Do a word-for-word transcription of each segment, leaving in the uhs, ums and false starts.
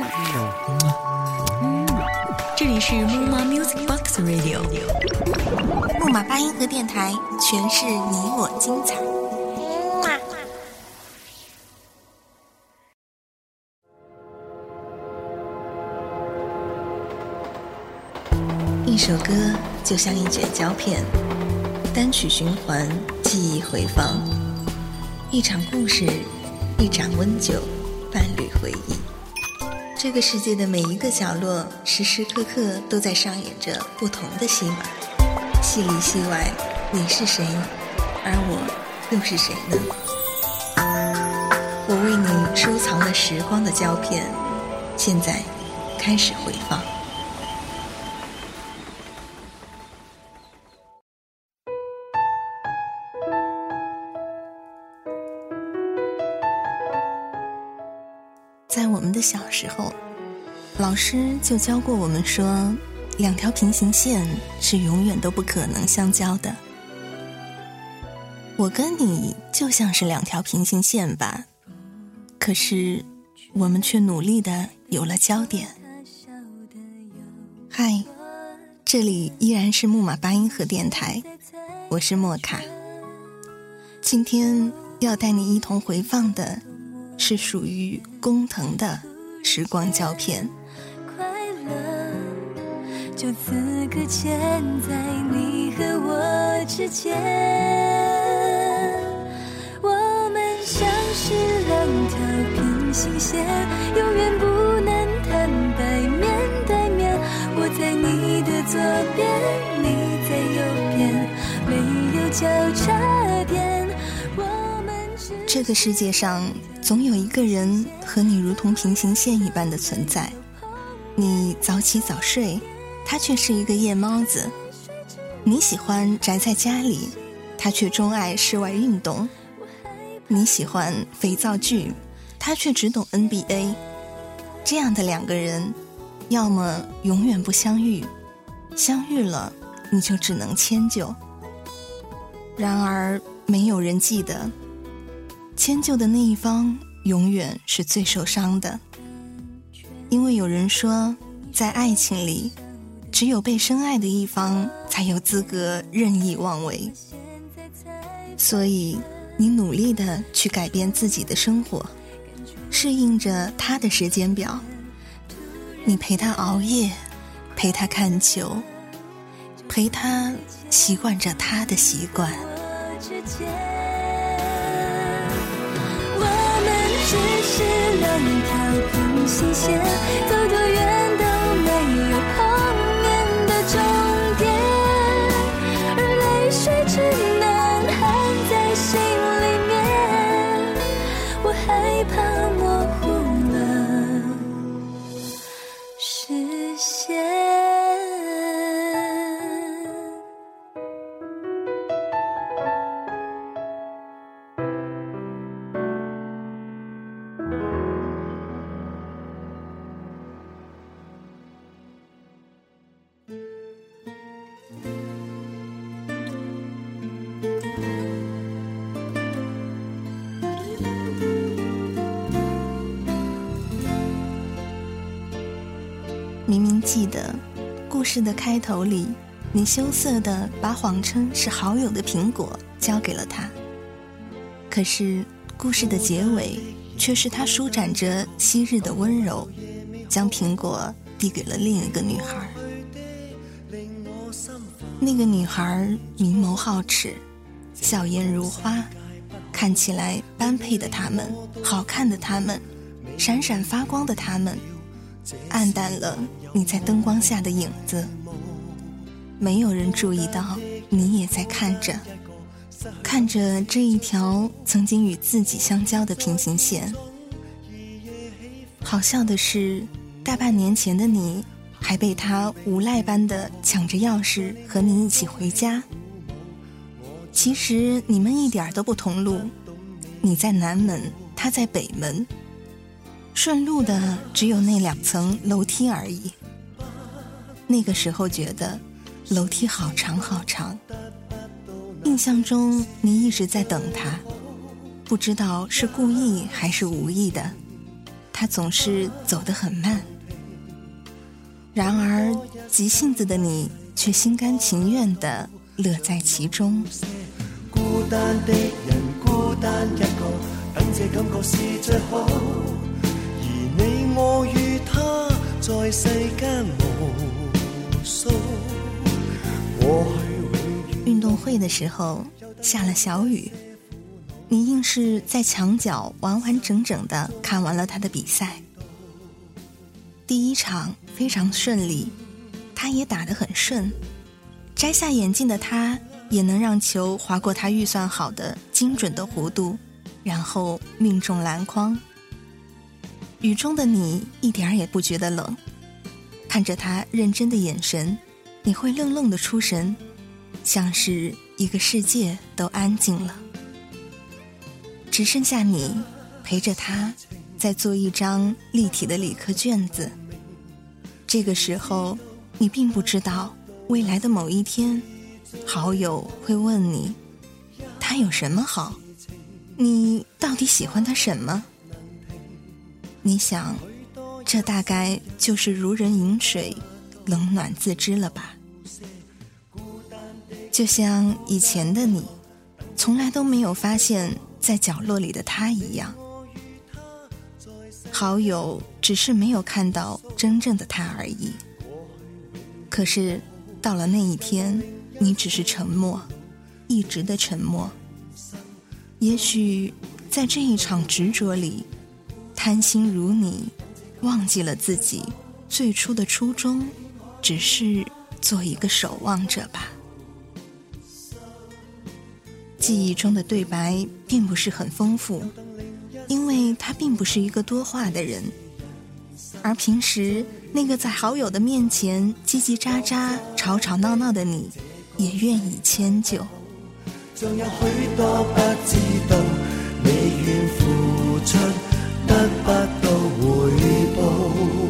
这里是木马 Music Box Radio， 木马八音盒电台，诠释你我精彩。一首歌就像一卷胶片，单曲循环，记忆回放。一场故事，一盏温酒，伴侣回忆。这个世界的每一个角落，时时刻刻都在上演着不同的戏码。戏里戏外，你是谁，而我又是谁呢？我为你收藏了时光的胶片，现在开始回放。在我们的小时候，老师就教过我们说，两条平行线是永远都不可能相交的。我跟你就像是两条平行线吧，可是我们却努力地有了交点。嗨，这里依然是木马八音盒电台，我是莫卡。今天要带你一同回放的是属于工藤的时光胶片。 快乐就此搁浅在你和我之间，我们像是两条平行线，永远不能坦白面对面。我在你的左边，你在右边，没有交叉点。 这个世界上总有一个人和你如同平行线一般的存在，你早起早睡，他却是一个夜猫子；你喜欢宅在家里，他却钟爱室外运动；你喜欢肥皂剧，他却只懂 N B A。 这样的两个人，要么永远不相遇，相遇了你就只能迁就。然而没有人记得，迁就的那一方永远是最受伤的，因为有人说，在爱情里，只有被深爱的一方才有资格任意妄为。所以你努力地去改变自己的生活，适应着他的时间表，你陪他熬夜，陪他看球，陪他习惯着他的习惯。 只是两条平行线，走多远都没有碰面的终点，而泪水只能含在心里面，我害怕模糊了视线。 明明记得故事的开头里，你羞涩地把谎称是好友的苹果交给了他，可是故事的结尾却是他舒展着昔日的温柔，将苹果递给了另一个女孩。那个女孩明眸皓齿，笑颜如花，看起来般配的她们，好看的她们，闪闪发光的她们，暗淡了你在灯光下的影子。没有人注意到你也在看着，看着这一条曾经与自己相交的平行线。好笑的是，大半年前的你还被他无赖般的抢着钥匙和你一起回家。其实你们一点都不同路，你在南门，他在北门，顺路的只有那两层楼梯而已。那个时候觉得楼梯好长好长，印象中你一直在等他，不知道是故意还是无意的。 他总是走得很慢。然而急性子的你却心甘情愿地乐在其中。 孤單的人孤單一個，等這感覺是最好，而你我與他在世間無數。 運動會的時候下了小雨，你硬是在牆角完完整整地看完了他的比賽。第一場非常順利，他也打得很順，摘下眼鏡的他也能讓球劃過他預算好的精準的弧度，然後命中籃筐。雨中的你一點也不覺得冷，看着他認真的眼神，你會愣愣的出神，像是一個世界都安靜了，只剩下你陪着他在做一張立體的理科卷子。這個時候你並不知道未來的某一天，好友會問你他有什麼好，你到底喜歡他什麼？你想這大概就是如人飲水，冷暖自知了吧。就像以前的你從來都沒有發現在角落裡的他一樣，好友只是沒有看到真正的他而已。可是到了那一天，你只是沉默，一直的沉默。也許在這一場執着裡，貪心如你忘記了自己最初的初衷，只是做一個守望者吧。記憶中的對白並不是很豐富，因為他並不是一個多話的人，而平時那個在好友的面前嘰嘰喳喳吵吵鬧鬧的你也願意遷就。 仲有許多不知道，你願付出得不到回報。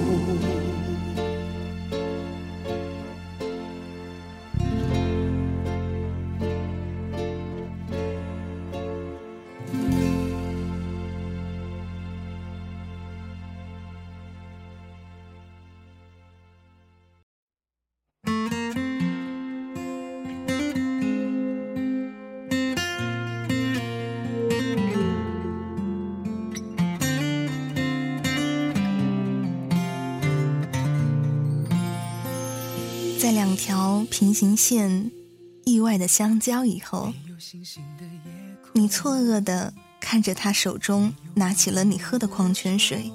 在兩條平行線意外的相交以後，你錯愕地看着他手中拿起了你喝的礦泉水。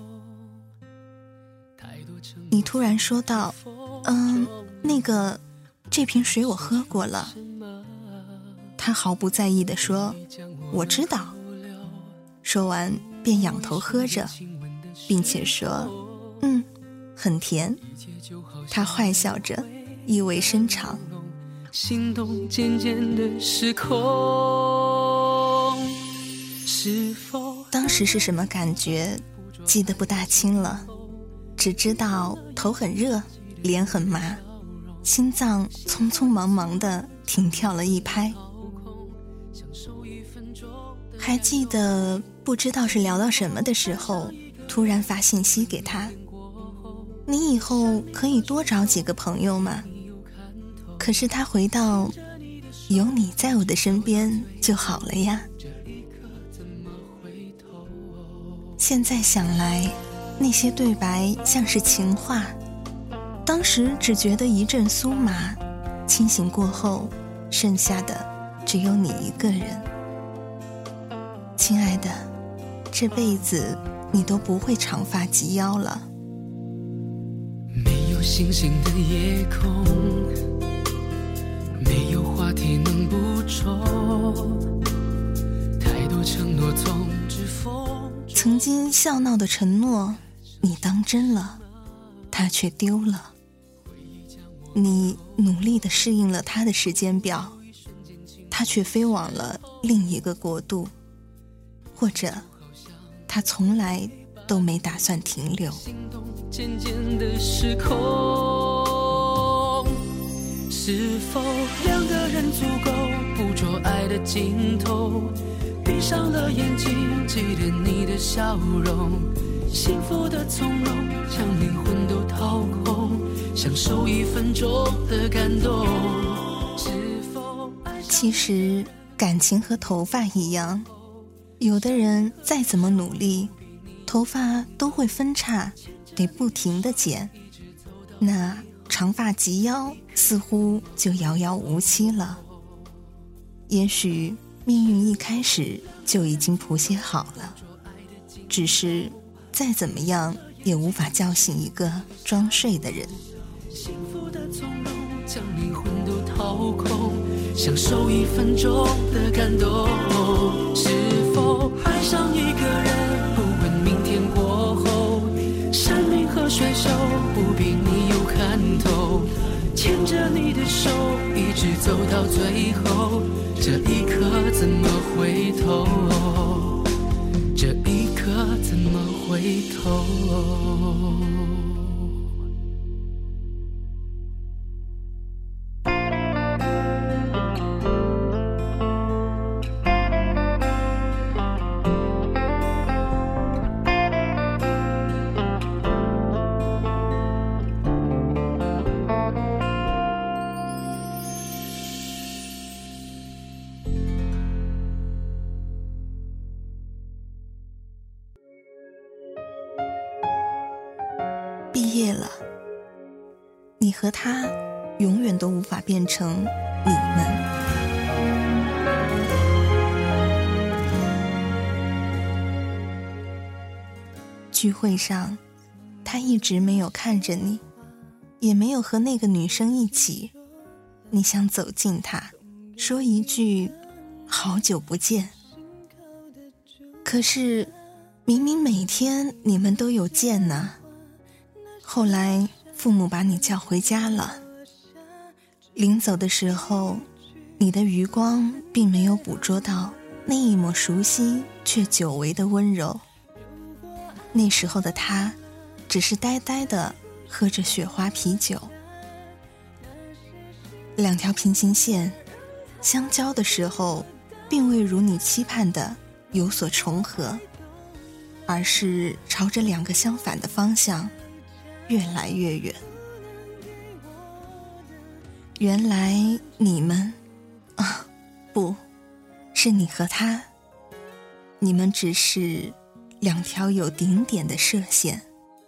你突然說道，嗯，那個這瓶水我喝過了。他毫不在意地說，我知道。說完便仰頭喝着，並且說，嗯，很甜。他壞笑着，意味深長。 心動漸漸的失控，是否當時是什麼感覺記得不大清了，只知道頭很熱，臉很麻，心臟匆匆忙忙的停跳了一拍。還記得不知道是聊到什麼的時候，突然發信息給他，你以後可以多找幾個朋友嗎？可是他回道，有你在我的身邊就好了呀。現在想來，那些對白像是情話，當時只覺得一陣酥麻，清醒過後，剩下的只有你一個人。親愛的，這輩子你都不會長髮及腰了。 沒有星星的夜空，沒有話題能捕捉，太多承諾從指縫。 曾經笑鬧的承諾，你當真了，他卻丟了。你努力地適應了他的時間表，他卻飛往了另一個國度，或者他從來都沒打算停留。 漸漸的失控，是否兩個人足夠捕捉愛的盡頭？閉上了眼睛，記得你的笑容， 幸福的从容，将灵魂都掏空，享受一分钟的感动。是否爱上其实感情和头发一样，有的人再怎么努力，头发都会分叉，得不停地剪，那长发及腰似乎就遥遥无期了。也许命运一开始就已经谱写好了，只是再怎么样也无法叫醒一个装睡的人。 幸福的从容，将灵魂都掏空，享受一分钟的感动。是否爱上一个人，不问明天过后，山明和水秀，不必你有看透，牵着你的手，一直走到最后，这一刻怎么回头？这一刻怎么回头？ 毕业了，你和他永远都无法变成你们。聚会上，他一直没有看着你，也没有和那个女生一起。你想走近他，说一句好久不见，可是明明每天你们都有见呢。后来父母把你叫回家了，临走的时候，你的余光并没有捕捉到那一抹熟悉却久违的温柔。那时候的他只是呆呆地喝着雪花啤酒。两条平行线相交的时候，并未如你期盼的有所重合，而是朝着两个相反的方向越来越远。原来你们啊，不是你和他，你们只是两条有顶点的射线。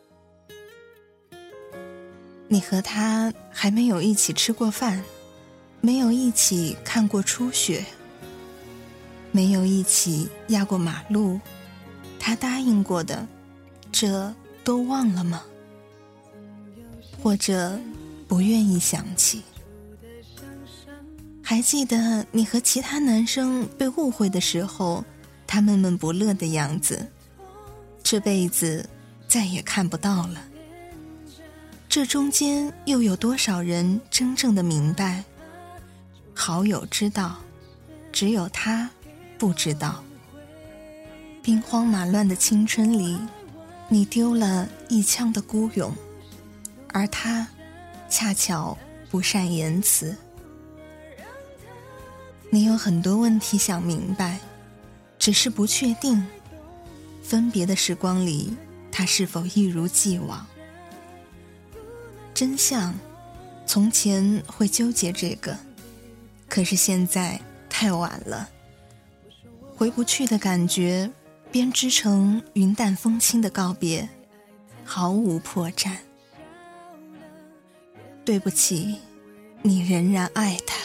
你和他还没有一起吃过饭，没有一起看过初雪，没有一起压过马路，他答应过的，这都忘了吗？或者不愿意想起？还记得你和其他男生被误会的时候，他闷闷不乐的样子，这辈子再也看不到了。这中间又有多少人真正的明白？好友知道，只有他不知道。兵荒马乱的青春里，你丢了一腔的孤勇，而他恰巧不善言辞。你有很多问题想明白，只是不确定分别的时光里，他是否一如既往。真相，从前会纠结这个，可是现在太晚了。回不去的感觉，编织成云淡风轻的告别，毫无破绽。对不起，你仍然爱他。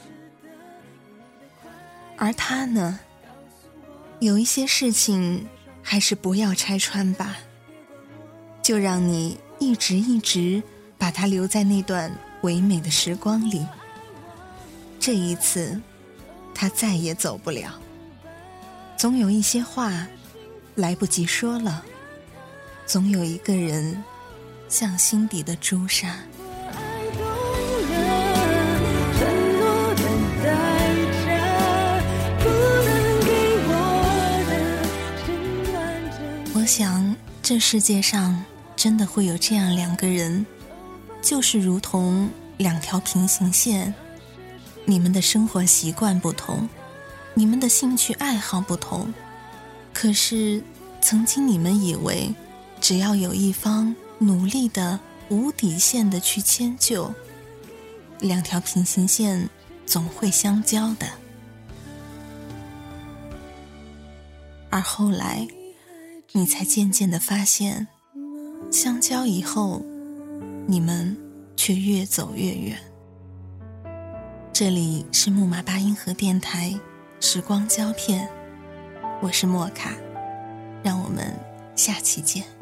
而他呢？有一些事情还是不要拆穿吧，就让你一直一直把它留在那段唯美的时光里。这一次，他再也走不了。总有一些话来不及说了，总有一个人像心底的朱砂。我想这世界上真的会有这样两个人，就是如同两条平行线，你们的生活习惯不同，你们的兴趣爱好不同，可是曾经你们以为只要有一方努力的、无底线的去迁就，两条平行线总会相交的。而后来，你才渐渐地发现，相交以后，你们却越走越远。这里是木马八音盒电台，时光胶片，我是莫卡，让我们下期见。